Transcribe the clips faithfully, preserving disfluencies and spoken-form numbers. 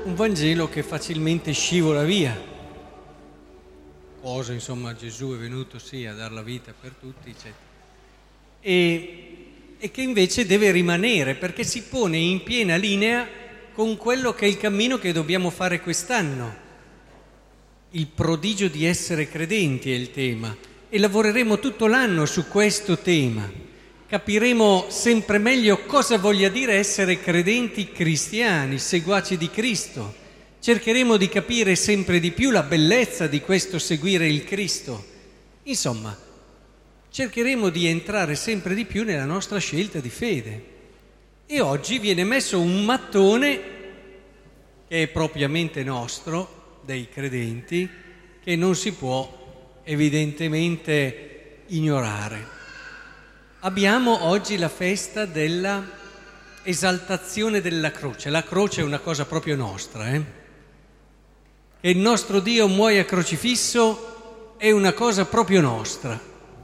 un Vangelo che facilmente scivola via. Cosa, insomma, Gesù è venuto sì a dar la vita per tutti, eccetera. E, e che invece deve rimanere, perché si pone in piena linea con quello che è il cammino che dobbiamo fare quest'anno. Il prodigio di essere credenti è il tema, e lavoreremo tutto l'anno su questo tema. Capiremo sempre meglio cosa voglia dire essere credenti cristiani, seguaci di Cristo. Cercheremo di capire sempre di più la bellezza di questo seguire il Cristo. Insomma, cercheremo di entrare sempre di più nella nostra scelta di fede. E oggi viene messo un mattone che è propriamente nostro, dei credenti, che non si può evidentemente ignorare. Abbiamo oggi la festa della esaltazione della croce. La croce è una cosa proprio nostra, eh? Che il nostro Dio muoia crocifisso è una cosa proprio nostra.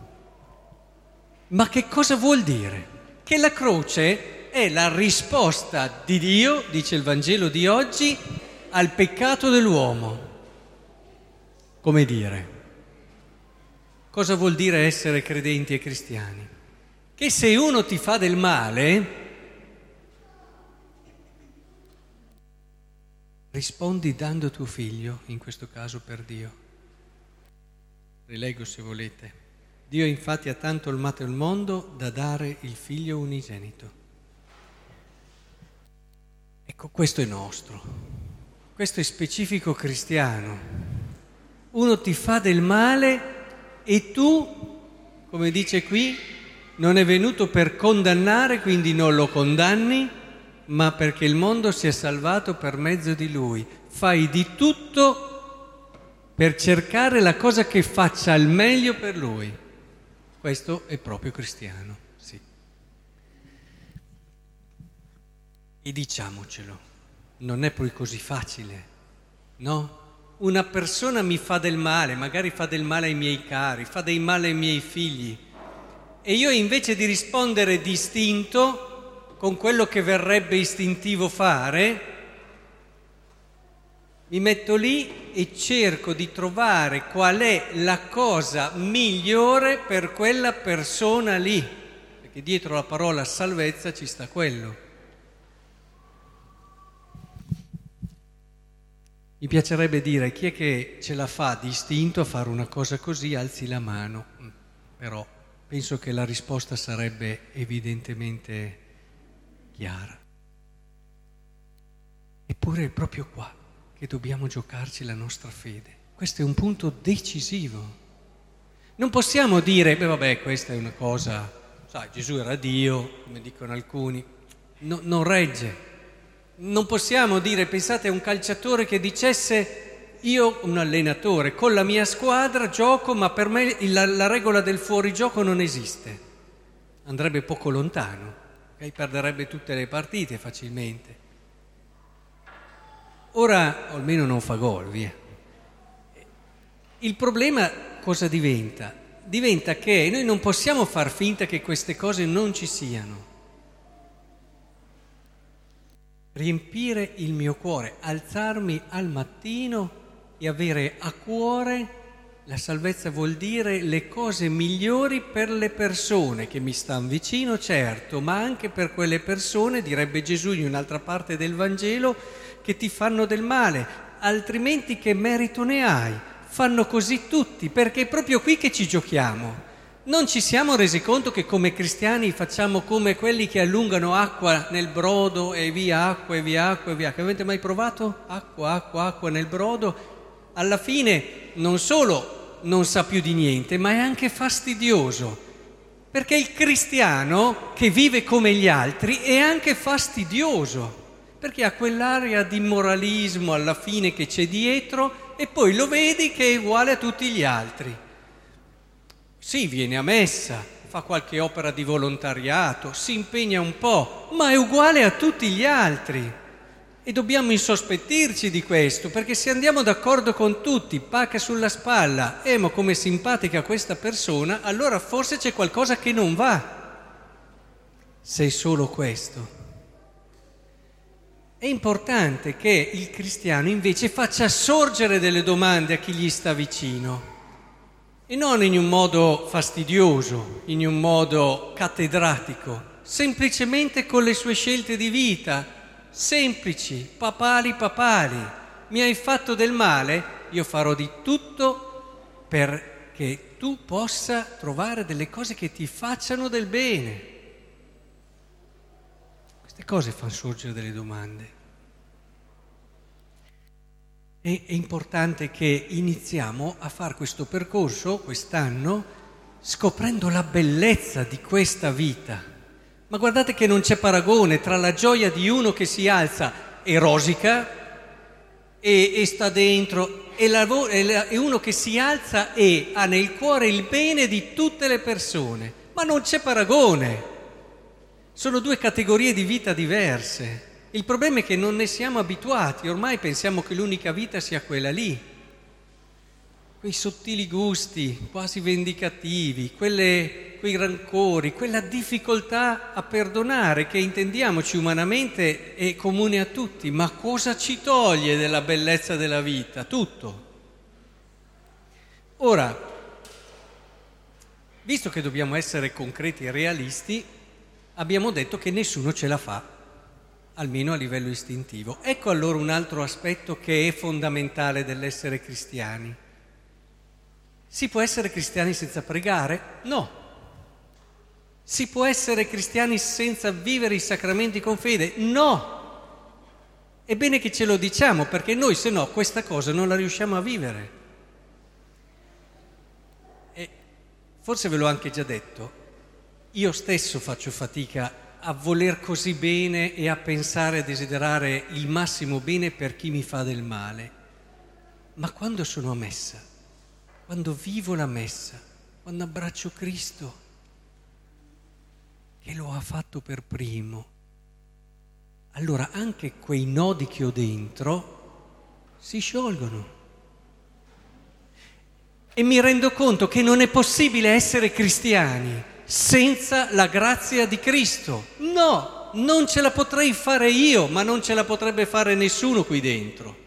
Ma che cosa vuol dire? Che la croce è la risposta di Dio, dice il Vangelo di oggi, al peccato dell'uomo. Come dire? Cosa vuol dire essere credenti e cristiani? Che se uno ti fa del male, rispondi dando tuo figlio, in questo caso per Dio. Rileggo se volete. Dio infatti ha tanto amato il mondo da dare il figlio unigenito. Ecco, questo è nostro. Questo è specifico cristiano. Uno ti fa del male e tu, come dice qui, non è venuto per condannare, quindi non lo condanni, ma perché il mondo sia salvato per mezzo di lui. Fai di tutto per cercare la cosa che faccia al meglio per lui. Questo è proprio cristiano, sì. E diciamocelo. Non è poi così facile, no? Una persona mi fa del male, magari fa del male ai miei cari, fa del male ai miei figli, e io invece di rispondere distinto con quello che verrebbe istintivo fare, mi metto lì e cerco di trovare qual è la cosa migliore per quella persona lì, perché dietro la parola salvezza ci sta quello. Mi piacerebbe dire, chi è che ce la fa di istinto a fare una cosa così, alzi la mano, però penso che la risposta sarebbe evidentemente chiara. Eppure è proprio qua che dobbiamo giocarci la nostra fede. Questo è un punto decisivo. Non possiamo dire, beh vabbè, questa è una cosa, sai, Gesù era Dio, come dicono alcuni, no, non regge. Non possiamo dire, pensate a un calciatore che dicesse, io, un allenatore, con la mia squadra gioco, ma per me la, la regola del fuorigioco non esiste. Andrebbe poco lontano, okay? Perderebbe tutte le partite facilmente. Ora, o almeno non fa gol, via. Il problema cosa diventa? Diventa che noi non possiamo far finta che queste cose non ci siano. Riempire il mio cuore, alzarmi al mattino e avere a cuore la salvezza vuol dire le cose migliori per le persone che mi stanno vicino, certo, ma anche per quelle persone, direbbe Gesù in un'altra parte del Vangelo, che ti fanno del male, altrimenti che merito ne hai? Fanno così tutti, perché è proprio qui che ci giochiamo. Non ci siamo resi conto che come cristiani facciamo come quelli che allungano acqua nel brodo e via acqua e via acqua e via. Che avete mai provato? Acqua, acqua, acqua nel brodo. Alla fine non solo non sa più di niente, ma è anche fastidioso. Perché il cristiano che vive come gli altri è anche fastidioso. Perché ha quell'area di moralismo alla fine che c'è dietro e poi lo vedi che è uguale a tutti gli altri. Sì, viene a messa, fa qualche opera di volontariato, si impegna un po', ma è uguale a tutti gli altri. E dobbiamo insospettirci di questo, perché se andiamo d'accordo con tutti, pacca sulla spalla, eh, ma come simpatica questa persona, allora forse c'è qualcosa che non va. Se è solo questo. È importante che il cristiano invece faccia sorgere delle domande a chi gli sta vicino e non in un modo fastidioso, in un modo cattedratico, semplicemente con le sue scelte di vita, semplici, papali papali. Mi hai fatto del male, io farò di tutto perché tu possa trovare delle cose che ti facciano del bene. Queste cose fanno sorgere delle domande. E è importante che iniziamo a fare questo percorso quest'anno scoprendo la bellezza di questa vita. Ma guardate che non c'è paragone tra la gioia di uno che si alza e rosica e, e sta dentro e, la, e, la, e uno che si alza e ha nel cuore il bene di tutte le persone. Ma non c'è paragone. Sono due categorie di vita diverse. Il problema è che non ne siamo abituati, ormai pensiamo che l'unica vita sia quella lì. Quei sottili gusti, quasi vendicativi, quelle, quei rancori, quella difficoltà a perdonare che intendiamoci umanamente è comune a tutti, ma cosa ci toglie della bellezza della vita? Tutto. Ora, visto che dobbiamo essere concreti e realisti, abbiamo detto che nessuno ce la fa, almeno a livello istintivo. Ecco allora un altro aspetto che è fondamentale dell'essere cristiani. Si può essere cristiani senza pregare? No. Si può essere cristiani senza vivere i sacramenti con fede? No. È bene che ce lo diciamo, perché noi se no questa cosa non la riusciamo a vivere. E forse ve l'ho anche già detto. Io stesso faccio fatica a voler così bene e a pensare, a desiderare il massimo bene per chi mi fa del male. Ma quando sono a messa, quando vivo la messa, quando abbraccio Cristo, che lo ha fatto per primo, allora anche quei nodi che ho dentro si sciolgono. E mi rendo conto che non è possibile essere cristiani senza la grazia di Cristo. No, non ce la potrei fare io, ma non ce la potrebbe fare nessuno qui dentro.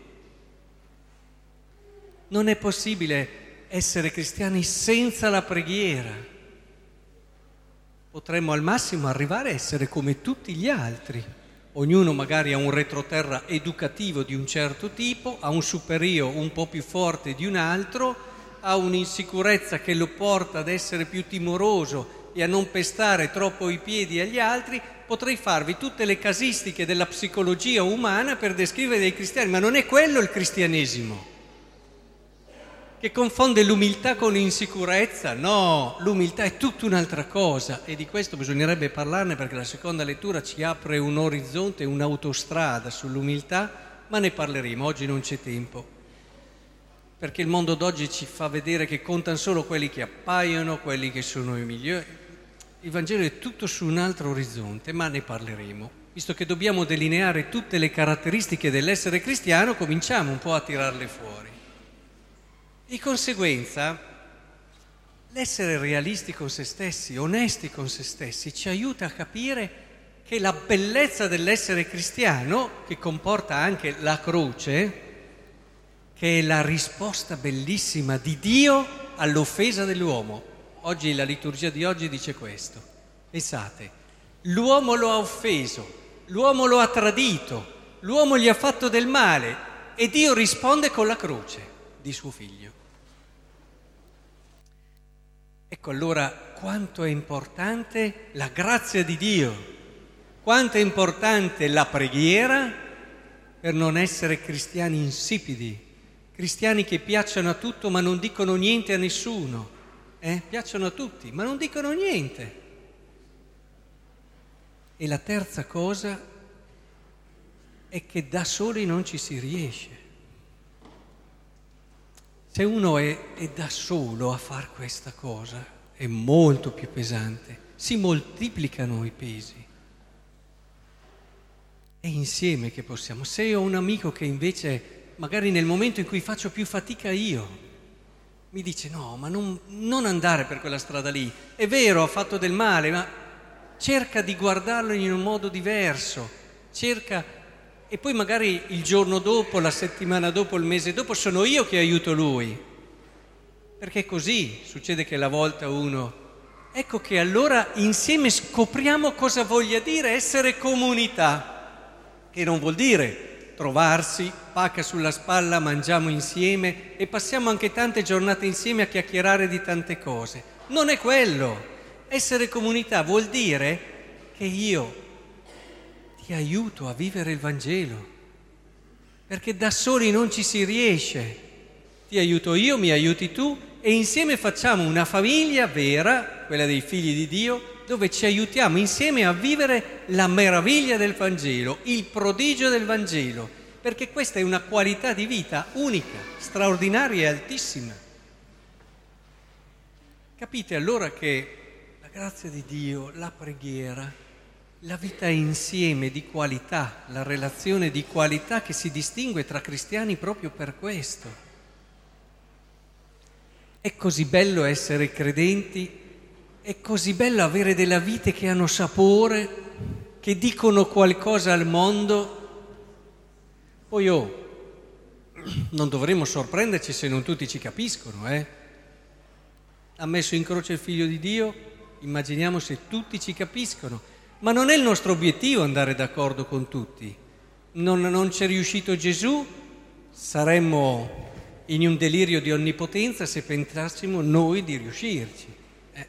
Non è possibile essere cristiani senza la preghiera. Potremmo al massimo arrivare a essere come tutti gli altri. Ognuno magari ha un retroterra educativo di un certo tipo, ha un superio un po' più forte di un altro, ha un'insicurezza che lo porta ad essere più timoroso e a non pestare troppo i piedi agli altri. Potrei farvi tutte le casistiche della psicologia umana per descrivere dei cristiani, ma non è quello il cristianesimo, che confonde l'umiltà con l'insicurezza. No, l'umiltà è tutta un'altra cosa e di questo bisognerebbe parlarne, perché la seconda lettura ci apre un orizzonte, un'autostrada sull'umiltà, ma ne parleremo, oggi non c'è tempo. Perché il mondo d'oggi ci fa vedere che contano solo quelli che appaiono, quelli che sono i migliori. Il Vangelo è tutto su un altro orizzonte, ma ne parleremo. Visto che dobbiamo delineare tutte le caratteristiche dell'essere cristiano, cominciamo un po' a tirarle fuori. Di conseguenza, l'essere realisti con se stessi, onesti con se stessi, ci aiuta a capire che la bellezza dell'essere cristiano, che comporta anche la croce, che è la risposta bellissima di Dio all'offesa dell'uomo. Oggi la liturgia di oggi dice questo. Pensate, l'uomo lo ha offeso, l'uomo lo ha tradito, l'uomo gli ha fatto del male e Dio risponde con la croce di suo figlio. Ecco allora quanto è importante la grazia di Dio, quanto è importante la preghiera per non essere cristiani insipidi, cristiani che piacciono a tutto ma non dicono niente a nessuno, eh? Piacciono a tutti ma non dicono niente. E la terza cosa è che da soli non ci si riesce. Se uno è, è da solo a fare questa cosa è molto più pesante, si moltiplicano i pesi. È insieme che possiamo. Se ho un amico che invece magari nel momento in cui faccio più fatica io, mi dice no, ma non, non andare per quella strada lì. È vero, ha fatto del male, ma cerca di guardarlo in un modo diverso, cerca e poi magari il giorno dopo, la settimana dopo, il mese dopo sono io che aiuto lui. Perché così succede che alla volta uno... Ecco che allora insieme scopriamo cosa voglia dire essere comunità, che non vuol dire trovarsi, pacca sulla spalla, mangiamo insieme e passiamo anche tante giornate insieme a chiacchierare di tante cose. Non è quello. Essere comunità vuol dire che io ti aiuto a vivere il Vangelo, perché da soli non ci si riesce. Ti aiuto io, mi aiuti tu e insieme facciamo una famiglia vera, quella dei figli di Dio, dove ci aiutiamo insieme a vivere la meraviglia del Vangelo, il prodigio del Vangelo, perché questa è una qualità di vita unica, straordinaria e altissima. Capite allora che la grazia di Dio, la preghiera, la vita insieme di qualità, la relazione di qualità che si distingue tra cristiani proprio per questo. È così bello essere credenti, è così bello avere delle vite che hanno sapore, che dicono qualcosa al mondo. Poi oh, non dovremmo sorprenderci se non tutti ci capiscono, eh? Ha messo in croce il Figlio di Dio, immaginiamo se tutti ci capiscono, ma non è il nostro obiettivo andare d'accordo con tutti. Non, non c'è riuscito Gesù, saremmo in un delirio di onnipotenza se pensassimo noi di riuscirci. Eh.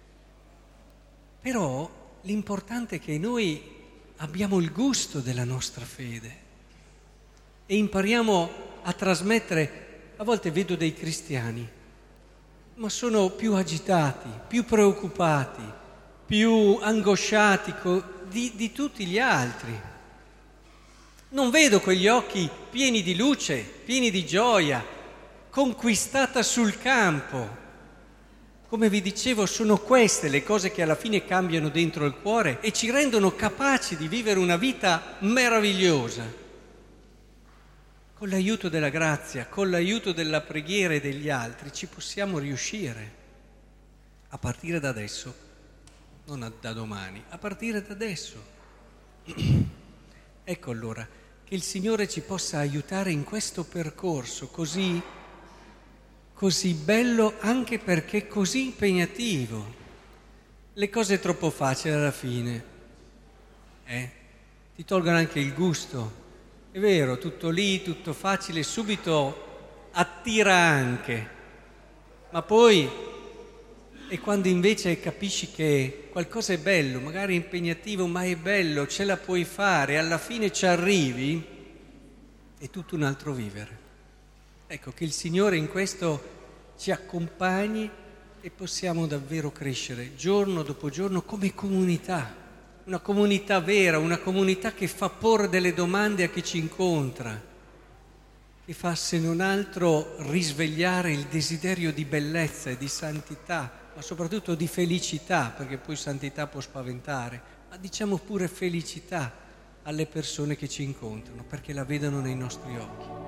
Però l'importante è che noi abbiamo il gusto della nostra fede e impariamo a trasmettere. A volte vedo dei cristiani, ma sono più agitati, più preoccupati, più angosciati di, di tutti gli altri. Non vedo quegli occhi pieni di luce, pieni di gioia, conquistata sul campo. Come vi dicevo, sono queste le cose che alla fine cambiano dentro il cuore e ci rendono capaci di vivere una vita meravigliosa. Con l'aiuto della grazia, con l'aiuto della preghiera e degli altri ci possiamo riuscire, a partire da adesso, non da domani, a partire da adesso. Ecco allora, che il Signore ci possa aiutare in questo percorso così, così bello anche perché così impegnativo. Le cose troppo facili alla fine, eh, ti tolgono anche il gusto. È vero, tutto lì, tutto facile, subito attira anche, ma poi è quando invece capisci che qualcosa è bello, magari impegnativo, ma è bello, ce la puoi fare, alla fine ci arrivi, è tutto un altro vivere. Ecco, che il Signore in questo ci accompagni e possiamo davvero crescere giorno dopo giorno come comunità. Una comunità vera, una comunità che fa porre delle domande a chi ci incontra, che fa se non altro risvegliare il desiderio di bellezza e di santità, ma soprattutto di felicità, perché poi santità può spaventare, ma diciamo pure felicità alle persone che ci incontrano, perché la vedono nei nostri occhi.